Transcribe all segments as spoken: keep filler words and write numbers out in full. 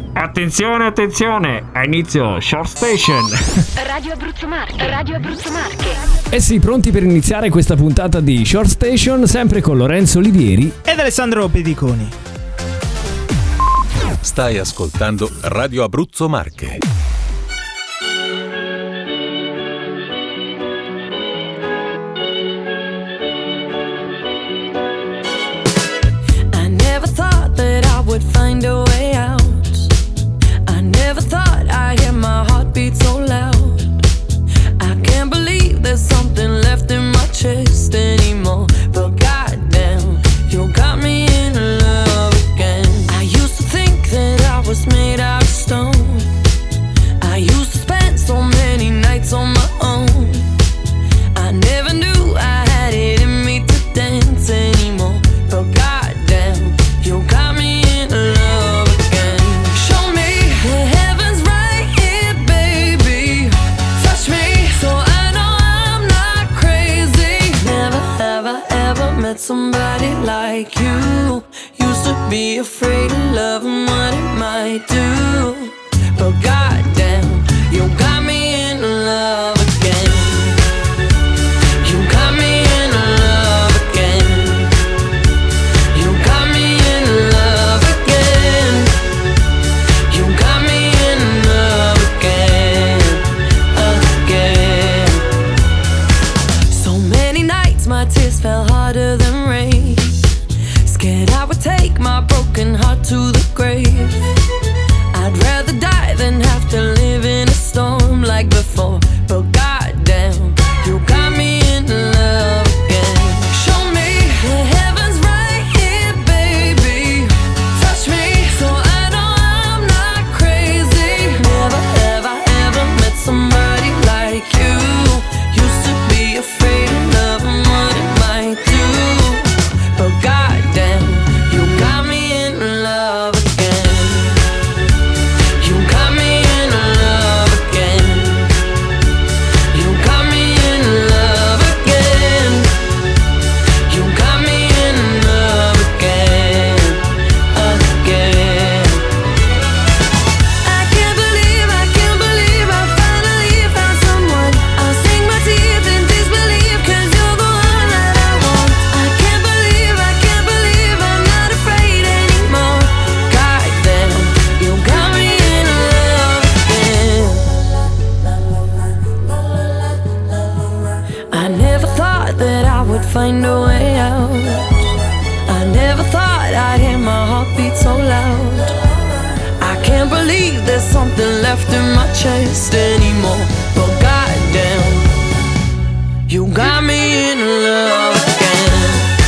Attenzione, attenzione, a inizio Short Station. Radio Abruzzo Marche, Radio Abruzzo Marche. Eh sì, pronti per iniziare questa puntata di Short Station, sempre con Lorenzo Olivieri ed Alessandro Pediconi. Stai ascoltando Radio Abruzzo Marche. I never thought that I would find a way out. I never thought I'd hear my heartbeat so loud. I can't believe there's something left in my chest anymore. But goddamn, you got me in love again. I used to think that I was made out of stone. I used to spend so many nights on my own. I never knew I had it in me to dance anymore. But goddamn, you got me in love again. Show me the heavens right here, baby. Touch me so I know I'm not crazy. Never have I ever met somebody like you. Used to be afraid of love and what it might do. But goddamn, you got me in love again. You got me in love again. You got me in love again. You got me in love again, again. So many nights my tears fell harder than rain. Scared I would take my broken heart to the grave. I'd rather die than have to live in a storm like before. But goddamn, you got me in love again. Show me the heavens right here, baby. Touch me so I know I'm not crazy. Never have I ever met somebody like you. Used to be afraid of love and what it might do. But goddamn, you got me in love again. You got me in love again. You got me in love again. You got me in love again, again. I can't believe, I can't believe I finally found someone. I'll sink my teeth in disbelief, 'cause you're the one that I want. I can't believe, I can't believe I'm not afraid anymore. Goddamn, you got me in love again. I never thought that I would find a way out. I never thought I'd hear my heartbeat so loud. I can't believe there's something left in my chest anymore. But goddamn, you got me in love again.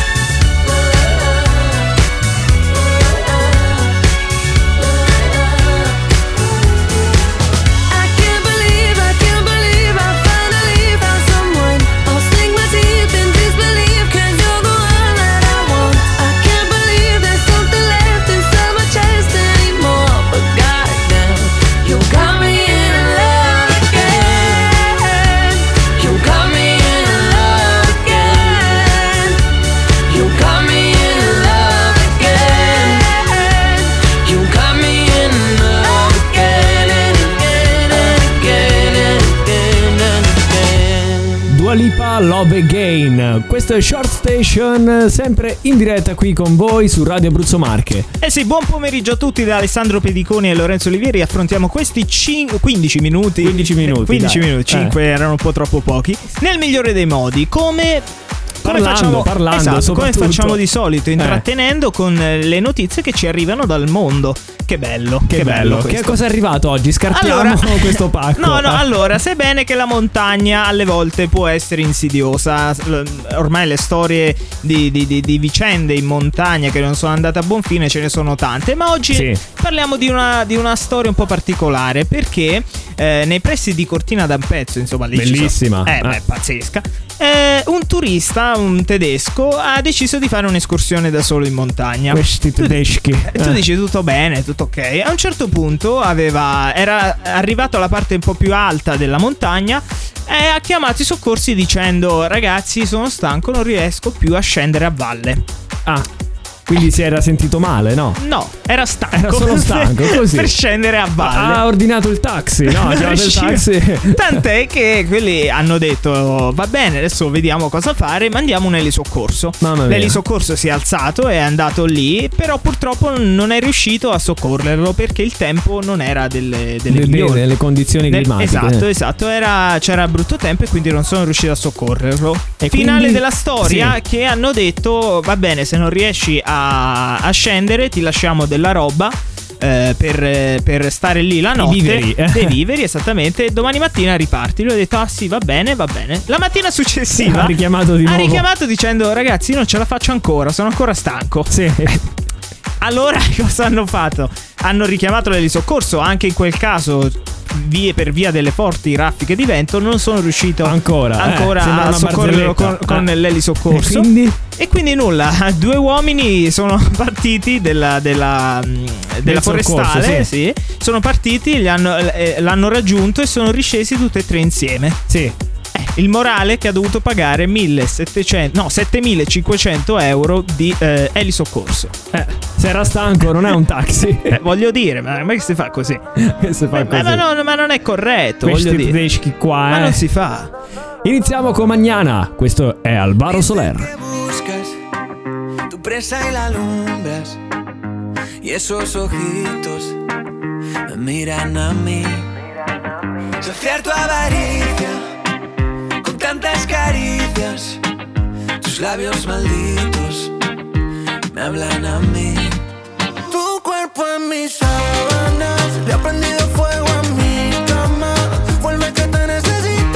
I can't believe, I can't believe I finally found someone. I'll sink my teeth in disbelief, 'cause you're the one that I want. I can't believe there's something left inside my chest anymore. But goddamn, you got me in love again. You got me in love again. You got me in love again. You got me in love again and again and again and again and again. Dua Lipa, Love Again. Questo è Short Station, sempre in diretta qui con voi su Radio Abruzzo Marche. Eh sì, buon pomeriggio a tutti da Alessandro Pediconi e Lorenzo Olivieri. Affrontiamo questi cin- quindici minuti. quindici minuti, quindici dai. minuti, cinque Eh. erano un po' troppo pochi. Nel migliore dei modi, come Come Parlando, facciamo, parlando, esatto, come soprattutto. facciamo di solito, Eh. intrattenendo con le notizie che ci arrivano dal mondo. Che bello, Che, che, bello. bello. Che cosa è arrivato oggi? Scartiamo Allora- questo pacco. No, no, Eh. allora, sebbene che la montagna alle volte può essere insidiosa, l- ormai le storie di, di, di, di vicende in montagna che non sono andate a buon fine ce ne sono tante, ma oggi Sì. parliamo di una, di una storia un po' particolare, perché eh, nei pressi di Cortina d'Ampezzo, insomma, lì ci sono- Bellissima. eh, beh, Eh. pazzesca. Eh, un turista, un tedesco, ha deciso di fare un'escursione da solo in montagna. Questi Tu- tedeschi. eh, Tu Eh. dici tutto bene, tutto ok. A un certo punto aveva, era arrivato alla parte un po' più alta della montagna e ha chiamato i soccorsi dicendo: ragazzi, sono stanco, non riesco più a scendere a valle. Ah. Quindi si era sentito male, no? No, era stanco. Era solo stanco, così. Per scendere a valle. Ha ordinato il taxi, no? Ha chiamato il taxi. Tant'è che quelli hanno detto: va bene, adesso vediamo cosa fare, mandiamo un elisoccorso. Mamma mia. L'elisoccorso si è alzato, è andato lì, però purtroppo non è riuscito a soccorrerlo perché il tempo non era delle, delle Le, migliori. le, le condizioni Nel- climatiche. esatto, esatto. Era, c'era brutto tempo e quindi non sono riusciti a soccorrerlo. E Finale quindi- della storia, sì. che hanno detto: va bene, se non riesci a, a scendere, ti lasciamo della roba. eh, per, per stare lì la I notte, viveri. dei viveri, esattamente. Domani mattina riparti. Lui ha detto: ah sì, va bene, va bene. La mattina successiva Ha richiamato di ha nuovo. richiamato dicendo: ragazzi, non ce la faccio ancora, sono ancora stanco. Sì. Allora cosa hanno fatto? Hanno richiamato l'elisoccorso. Anche in quel caso, vie per via delle forti raffiche di vento, non sono riuscito Ancora, eh, ancora sembra a una soccorrerlo con, barzelletta. con Eh. l'elisoccorso. E quindi? E quindi nulla, due uomini sono partiti della, della, mh, della forestale, soccorso, sì. Sono partiti, li hanno- eh, l'hanno raggiunto e sono riscesi tutti e tre insieme. Sì. Il morale che ha dovuto pagare millesettecento, no, settemilacinquecento euro di eh, elisoccorso. Eh, se era stanco, non è un taxi. Eh, voglio dire, ma ma che si fa così? Che si fa Ma, così. ma no, ma non è corretto, Questi voglio dire. tedeschi qua, Ma eh. non si fa. Iniziamo con Mañana. Questo è Alvaro Soler. Buscas, tu presa y la alumbras, y esos ojitos me miran a mí. Saciar tu avaricia con tantas caricias, tus labios malditos me hablan a mí. Tu cuerpo en mis sábanas, le ha prendido fuego a mi cama. Vuelve que te necesito,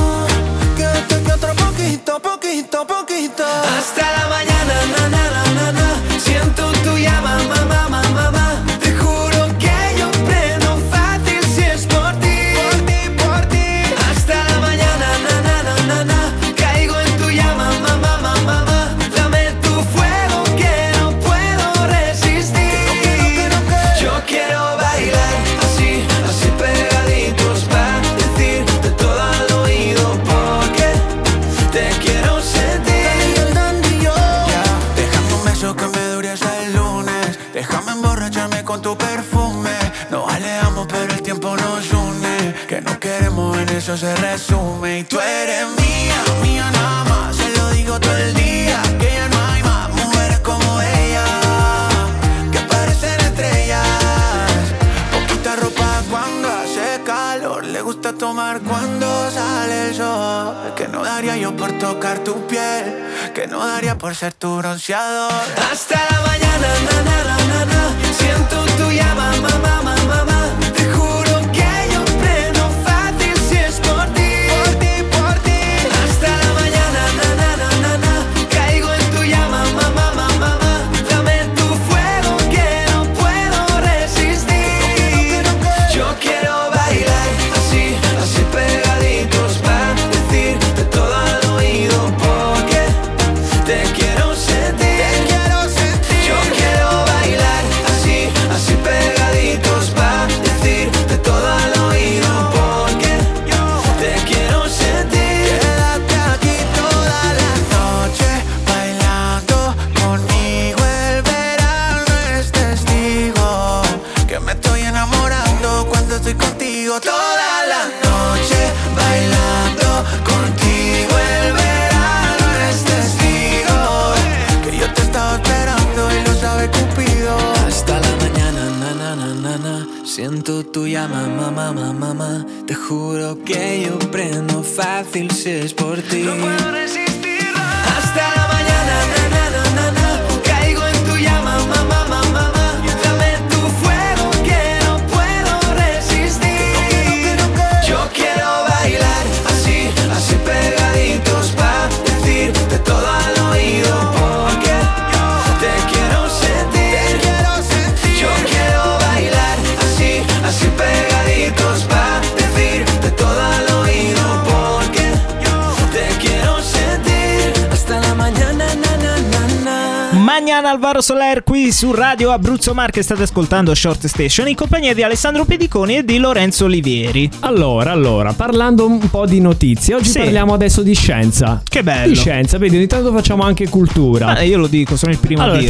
quédate aquí otro poquito, poquito, poquito. Hasta la mañana, na, na, na, na, na. Siento tu llama, mamá, mamá, mamá. Te juro que yo prendo fácil si es por ti, por ti, por ti. Hasta la mañana, na, na, na, na, na. Caigo en tu llama, mamá, mamá, mamá. Dame tu fuego que no puedo resistir. Yo quiero bailar así, así pegaditos pa' decirte todo al oído porque te quiero sentir. Ya, déjame un beso que me dure hasta el lunes. Déjame emborracharme con tu perfume. Nos alejamos pero el tiempo nos une. Que no queremos en eso se resume. Y tú eres mía, mía nada más. Se lo digo todo el día. Que ya no hay más mujeres como ella, que parecen estrellas. Poquita ropa cuando hace calor. Le gusta tomar cuando sale el sol. Que no daría yo por tocar tu piel. Que no daría por ser tu bronceador. Hasta la mañana, na, na, na, na, na. Siento tu llama, mamá, mamá, mamá. Te juro que yo prendo fácil si es por ti, por ti, por ti. Hasta la mañana, na, na, na, na, na. Caigo en tu llama, mamá, mamá, mamá. Dame tu fuego que no puedo resistir. Yo quiero bailar así, así pegaditos pa' decirte todo al oído porque te quiero sentir. Yo quiero bailar así, así pegaditos pa' decirte todo al oído porque te quiero sentir. Quédate aquí toda la noche bailando conmigo. El verano es testigo que me estoy enamorando cuando estoy contigo. Toda la noche bailando contigo. El verano es testigo que yo te estaba esperando y lo sabe Cupido. Hasta la mañana, na, na, na, na, na. Siento tu llama, mamá, mamá, mamá. Te juro que yo prendo fácil si es por ti. No puedo resistirlo. Hasta la mañana, na, na, na, na, na. Caigo en tu llama, mamá, mamá, mamá. Dame tu fuego que no puedo resistir. Yo quiero bailar así, así pegaditos pa' decirte todo al oído porque te quiero sentir. Yo quiero bailar así, así pegaditos pa' decirte todo al oído porque te quiero sentir. Hasta la mañana, na, na, na, na. Mañana Alvaro Soler qui su Radio Abruzzo Marche. State ascoltando Short Station in compagnia di Alessandro Pediconi e di Lorenzo Olivieri. Allora, allora, parlando un po' di notizie, oggi Sì. parliamo adesso di scienza. Che bello. Di scienza, vedi, ogni tanto facciamo anche cultura. Ma io lo dico, sono il primo Allora, a dirlo. ti,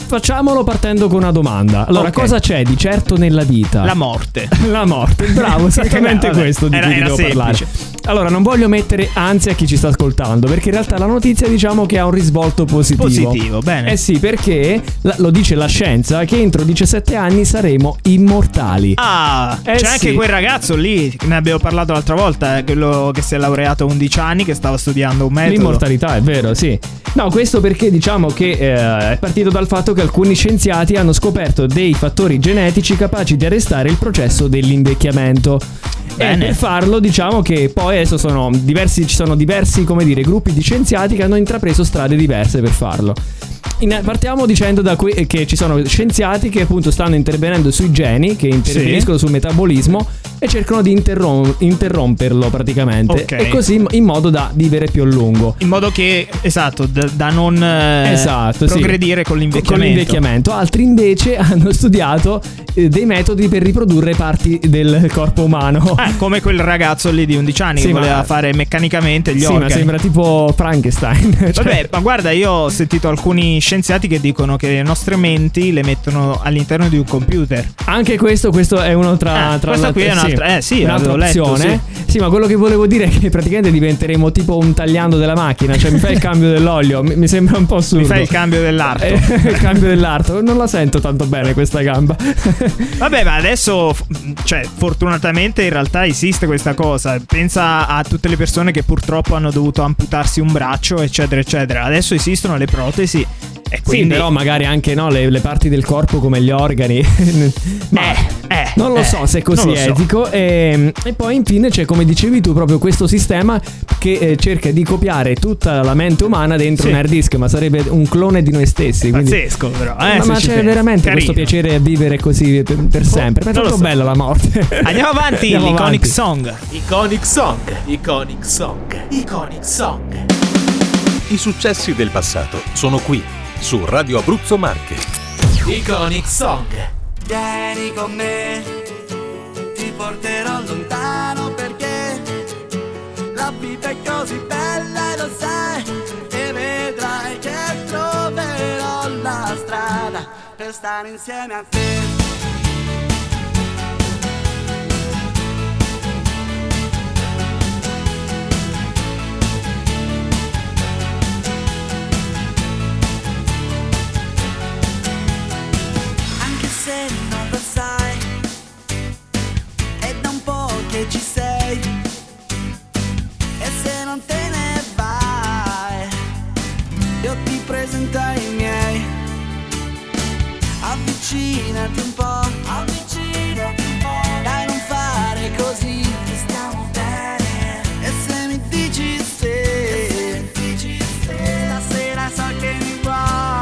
facciamolo partendo con una domanda. Allora, Okay. cosa c'è di certo nella vita? La morte. La morte, bravo, esattamente Vabbè, questo di era- cui ti era devo parlare. semplice. Allora, non voglio mettere ansia a chi ci sta ascoltando, perché in realtà la notizia diciamo che ha un risvolto positivo. Positivo, bene. Eh sì, perché la- lo dice la scienza che entro diciassette anni saremo immortali. Ah, Eh c'è sì. anche quel ragazzo lì, ne abbiamo parlato l'altra volta, quello che si è laureato a undici anni, che stava studiando un metodo. L'immortalità, è vero, sì. No, questo perché diciamo che eh, è partito dal fatto che alcuni scienziati hanno scoperto dei fattori genetici capaci di arrestare il processo dell'invecchiamento. Bene. E per farlo diciamo che poi adesso sono diversi, ci sono diversi, come dire, gruppi di scienziati che hanno intrapreso strade diverse per farlo. In- partiamo dicendo da que- che ci sono scienziati che appunto stanno intervenendo sui geni, che interferiscono sul metabolismo e cercano di interrom- interromperlo praticamente, Ok. e così in modo da vivere più a lungo. In modo che, esatto, da, da non eh, Esatto, sì. progredire con l'invecchiamento. Con l'invecchiamento. Altri invece hanno studiato eh, dei metodi per riprodurre parti del corpo umano. Ah, come quel ragazzo lì di undici anni Sì, che ma- voleva fare meccanicamente gli Sì, organi. ma sembra tipo Frankenstein. Cioè, Vabbè, ma guarda, io ho sentito alcuni scienziati che dicono che le nostre menti le mettono all'interno di un computer. anche questo, questo è uno tra, Ah, tra questa la- qui è un'altra- eh, sì, un'altra avevo letto, opzione. Sì. ma quello che volevo dire è che praticamente diventeremo tipo un tagliando della macchina. Cioè, mi fai il cambio dell'olio, mi, mi sembra un po' assurdo. Mi fai il cambio dell'arto. Eh, il cambio dell'arto. Non la sento tanto bene questa gamba. Vabbè, ma adesso, f- cioè, fortunatamente in realtà esiste questa cosa. Pensa a tutte le persone che purtroppo hanno dovuto amputarsi un braccio, eccetera, eccetera. Adesso esistono le protesi. E quindi... Sì, però magari anche no, le, le parti del corpo come gli organi. Ma Eh, eh, non lo eh, so se è non così lo so. etico. E, e poi infine c'è, come dicevi tu, proprio questo sistema che eh, cerca di copiare tutta la mente umana dentro Sì. un hard disk, ma sarebbe un clone di noi stessi. Quindi... Pazzesco, però. Eh, ma se ma ci c'è pensi. veramente Carino. questo piacere a vivere così per, per sempre. Ma è non lo troppo so. bella la morte. Andiamo avanti, Andiamo l'iconic avanti. song. Iconic Song, Iconic Song, Iconic Song. I successi del passato sono qui, su Radio Abruzzo Marche. Iconic Song. Vieni con me, ti porterò lontano perché la vita è così bella e lo sai, e vedrai che troverò la strada per stare insieme a te. Anche se non lo sai, è da un po' che ci sei, e se non te ne vai, io ti presento ai miei. Avvicinati un po', avvicinati un po', dai, non fare così, che stiamo bene. E se mi dici sì, stasera so che mi vuoi.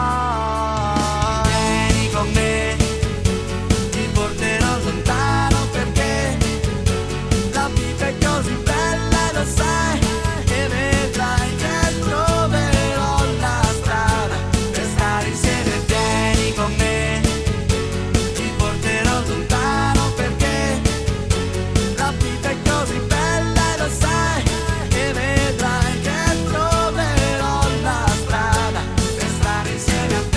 Vieni con me, ti porterò lontano perché la vita è così bella e lo sai, e vedrai che troverò la strada per stare insieme. Vieni con me, ti porterò lontano perché la vita è così bella e lo sai, e vedrai che troverò la strada per stare insieme a te.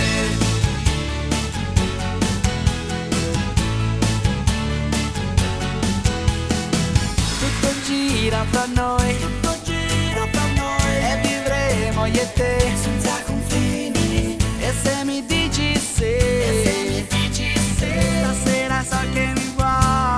Tutto gira fra noi, tutto gira fra noi, e vivremo io e te senza confini. E se mi dici sì, e se mi dici sì, stasera so che mi vuoi.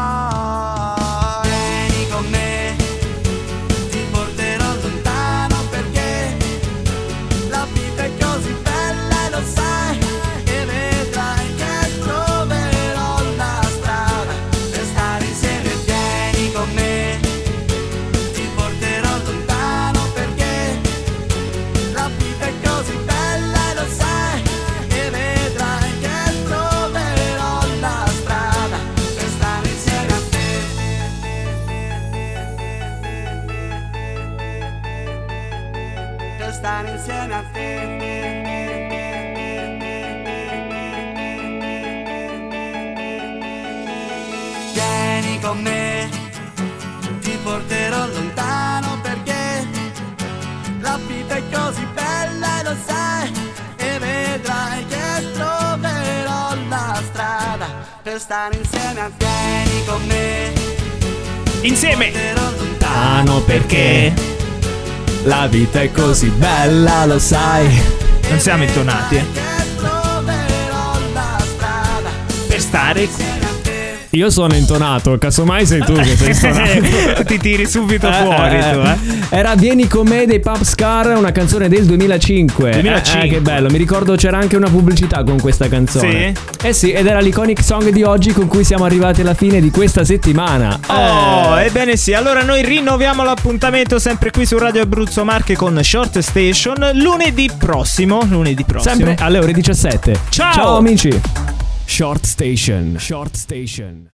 Vieni con me, ti porterò lontano perché la vita è così bella e lo sai, e vedrai che troverò la strada per stare insieme. Vieni con me, ti porterò lontano perché la vita è così bella e lo sai, e vedrai che troverò la strada per stare insieme a te. Per stare insieme a te. Vieni con me, ti porterò lontano perché la vita è così bella e lo sai, e vedrai che troverai stare insieme, vieni con me. Insieme. Ah no, perché la vita è così bella, lo sai. Non siamo intonati, eh. Per stare qui. Io sono intonato, casomai sei tu che sei stonato. Ti tiri subito fuori eh, tu, eh. Era Vieni con me dei Pub Scar, una canzone del duemilacinque. duemilacinque. Eh, eh, che bello, mi ricordo c'era anche una pubblicità con questa canzone. Sì? Eh sì, ed era l'iconic song di oggi con cui siamo arrivati alla fine di questa settimana. Oh, Eh. ebbene sì, allora noi rinnoviamo l'appuntamento sempre qui su Radio Abruzzo Marche con Short Station lunedì prossimo, lunedì prossimo. Sempre alle ore diciassette. Ciao. Ciao amici. Short Station. Short Station.